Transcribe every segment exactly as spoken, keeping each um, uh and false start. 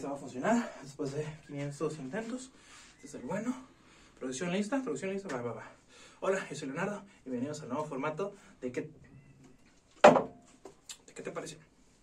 esta va a funcionar después de quinientos intentos. Este es el bueno. Producción lista, producción lista, va, va, va. Hola, yo soy Leonardo y bienvenidos al nuevo formato de qué... ¿De qué te pareció?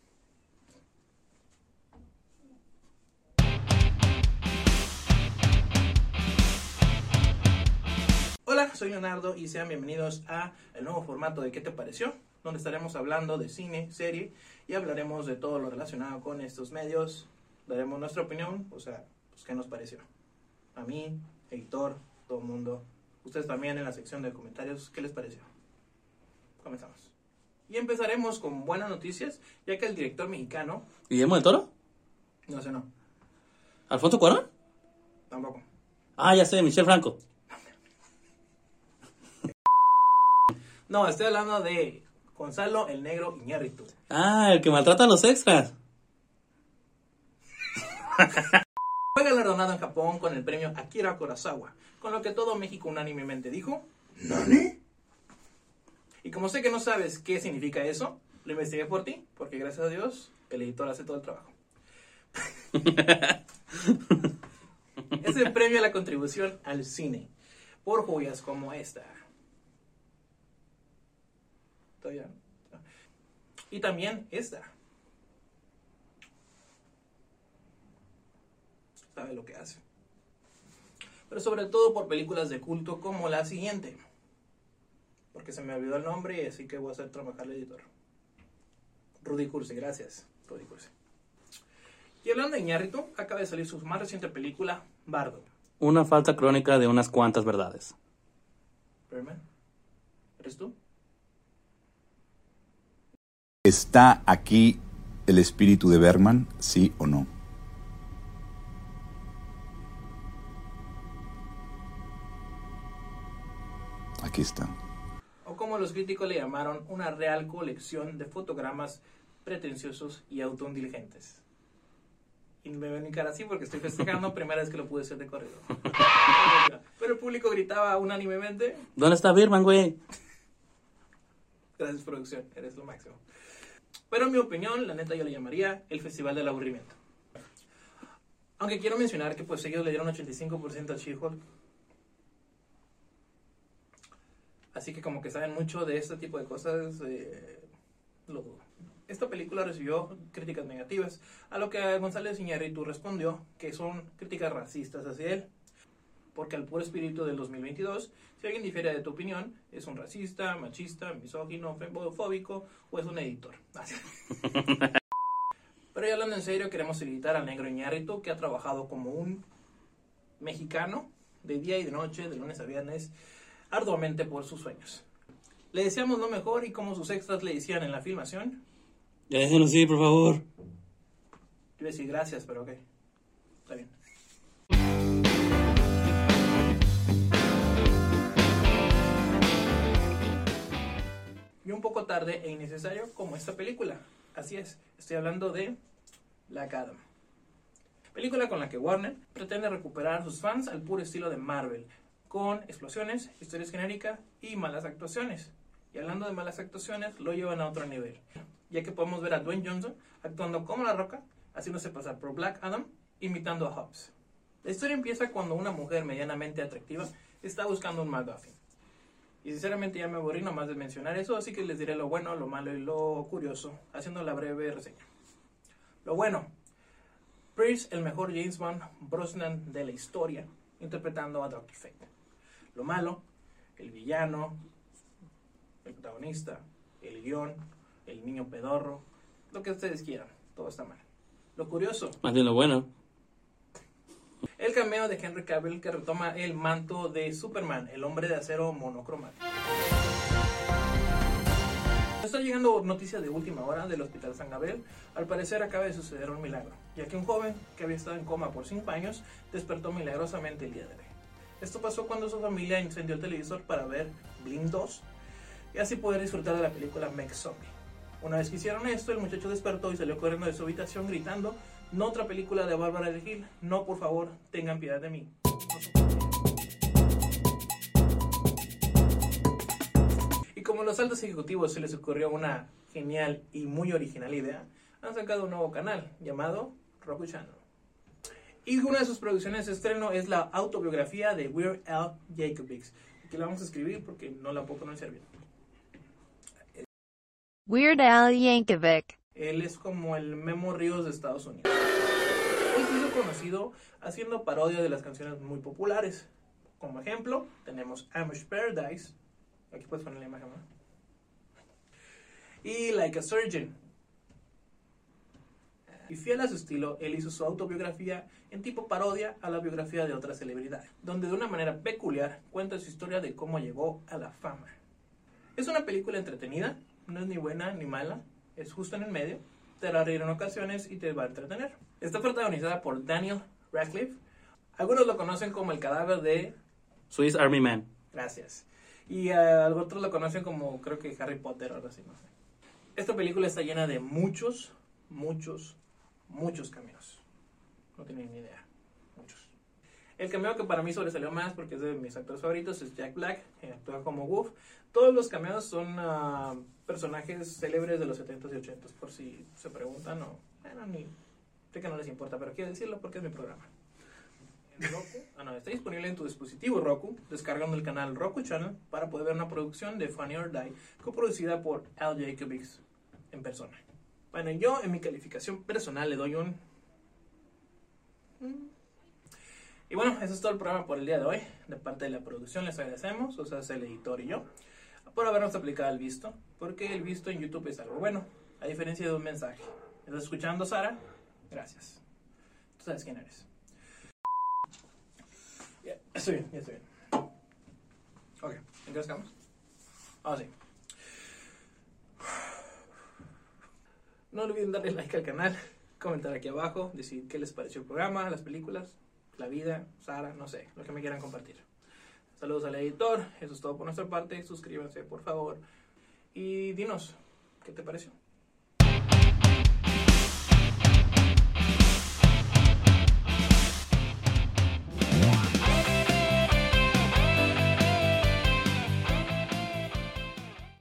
Hola, soy Leonardo y sean bienvenidos a el nuevo formato de ¿qué te pareció? Donde estaremos hablando de cine, serie y hablaremos de todo lo relacionado con estos medios. Daremos nuestra opinión, o sea, pues qué nos pareció. A mí, editor, todo el mundo, ustedes también en la sección de comentarios, ¿qué les pareció? Comenzamos. Y empezaremos con buenas noticias, ya que el director mexicano... ¿Guillermo del Toro? No sé, no. ¿Alfonso Cuarón? Tampoco. Ah, ya sé, Michel Franco. No, estoy hablando de Gonzalo el Negro Iñárritu. Ah, el que maltrata a los extras. Fue galardonado en Japón con el premio Akira Kurosawa, con lo que todo México unánimemente dijo ¿Nani? Y como sé que no sabes qué significa eso, lo investigué por ti, porque gracias a Dios el editor hace todo el trabajo. Es el premio a la contribución al cine, por joyas como esta. Todavía no. Y también esta. Sabe lo que hace. Pero sobre todo por películas de culto como la siguiente. Porque se me olvidó el nombre y así que voy a hacer trabajar al editor. Rudy Cursi, gracias. Rudy Cursi. Y hablando de Iñárritu, acaba de salir su más reciente película, Bardo. Una falta crónica de unas cuantas verdades. Berman, ¿eres tú? ¿Está aquí el espíritu de Berman, sí o no? Aquí está. O como los críticos le llamaron, una real colección de fotogramas pretenciosos y autoindiligentes. Y me ven mi cara así porque estoy festejando, primera vez que lo pude hacer de corrido. Pero el público gritaba unánimemente. ¿Dónde está Berman, güey? Gracias, producción, eres lo máximo. Pero en mi opinión, la neta yo le llamaría el Festival del Aburrimiento. Aunque quiero mencionar que pues ellos le dieron ochenta y cinco por ciento a She-Hulk. Así que como que saben mucho de este tipo de cosas, eh, lo dudo. Esta película recibió críticas negativas, a lo que González Iñárritu respondió que son críticas racistas hacia él. Porque al puro espíritu del dos mil veintidós, si alguien difiere de tu opinión, es un racista, machista, misógino, femofóbico o es un editor. Pero ya hablando en serio, queremos felicitar al Negro Iñárritu, que ha trabajado como un mexicano de día y de noche, de lunes a viernes, arduamente por sus sueños. Le deseamos lo mejor y como sus extras le decían en la filmación. Ya déjenos ir, por favor. Yo iba a decir gracias, pero ok. Está bien. Y un poco tarde e innecesario como esta película. Así es, estoy hablando de Black Adam. Película con la que Warner pretende recuperar a sus fans al puro estilo de Marvel, con explosiones, historias genéricas y malas actuaciones. Y hablando de malas actuaciones, lo llevan a otro nivel, ya que podemos ver a Dwayne Johnson actuando como La Roca, haciéndose pasar por Black Adam, imitando a Hobbs. La historia empieza cuando una mujer medianamente atractiva está buscando un MacGuffin. Y sinceramente ya me aburrí nomás de mencionar eso, así que les diré lo bueno, lo malo y lo curioso, haciendo la breve reseña. Lo bueno, Pierce, el mejor James Bond Brosnan de la historia, interpretando a doctor Fate. Lo malo, el villano, el protagonista, el guión, el niño pedorro, lo que ustedes quieran, todo está mal. Lo curioso, Más bien lo bueno. el cameo de Henry Cavill que retoma el manto de Superman, el hombre de acero monocromático. Está llegando noticias de última hora del Hospital San Gabriel. Al parecer acaba de suceder un milagro, ya que un joven que había estado en coma por cinco años despertó milagrosamente el día de hoy. Esto pasó cuando su familia encendió el televisor para ver Blink dos y así poder disfrutar de la película Meg Zombie. Una vez que hicieron esto, el muchacho despertó y salió corriendo de su habitación gritando: no otra película de Bárbara de Gil, no, por favor, tengan piedad de mí. Y como a los altos ejecutivos se les ocurrió una genial y muy original idea, han sacado un nuevo canal llamado Roku Channel. Y una de sus producciones de estreno es la autobiografía de Weird Al Yankovic. Aquí la vamos a escribir porque no la puedo pronunciar bien. Weird Al Yankovic. Él es como el Memo Ríos de Estados Unidos. Él se hizo conocido haciendo parodia de las canciones muy populares. Como ejemplo, tenemos Amish Paradise. Aquí puedes poner la imagen, ¿no? Y Like a Surgeon. Y fiel a su estilo, él hizo su autobiografía en tipo parodia a la biografía de otra celebridad, donde de una manera peculiar cuenta su historia de cómo llegó a la fama. Es una película entretenida, no es ni buena ni mala, es justo en el medio, te hará reír en ocasiones y te va a entretener. Está protagonizada por Daniel Radcliffe. Algunos lo conocen como el cadáver de... Swiss Army Man. Gracias. Y uh, otros lo conocen como, creo que Harry Potter o algo así, no sé. Esta película está llena de muchos, muchos, muchos cameos. No tienen ni idea. Muchos. El cameo que para mí sobresalió más, porque es de mis actores favoritos, es Jack Black, que actúa como Wolf. Todos los cameos son uh, personajes célebres de los setentas y ochentas, por si se preguntan o... Bueno, ni... Sé que no les importa, pero quiero decirlo porque es mi programa. Roku, ah, no, está disponible en tu dispositivo Roku, descargando el canal Roku Channel para poder ver una producción de Funny or Die coproducida por Al Yankovic en persona. Bueno, yo en mi calificación personal le doy un... Y bueno, eso es todo el programa por el día de hoy. De parte de la producción les agradecemos, o sea, es el editor y yo, por habernos aplicado el visto, porque el visto en YouTube es algo bueno, a diferencia de un mensaje. ¿Estás escuchando, Sara? Gracias. Tú sabes quién eres. Ya, estoy bien, ya estoy bien. Ok, ¿en qué estamos? Ah, sí. No olviden darle like al canal, comentar aquí abajo, decir qué les pareció el programa, las películas, la vida, Sara, no sé, lo que me quieran compartir. Saludos al editor, eso es todo por nuestra parte, suscríbanse por favor y dinos qué te pareció.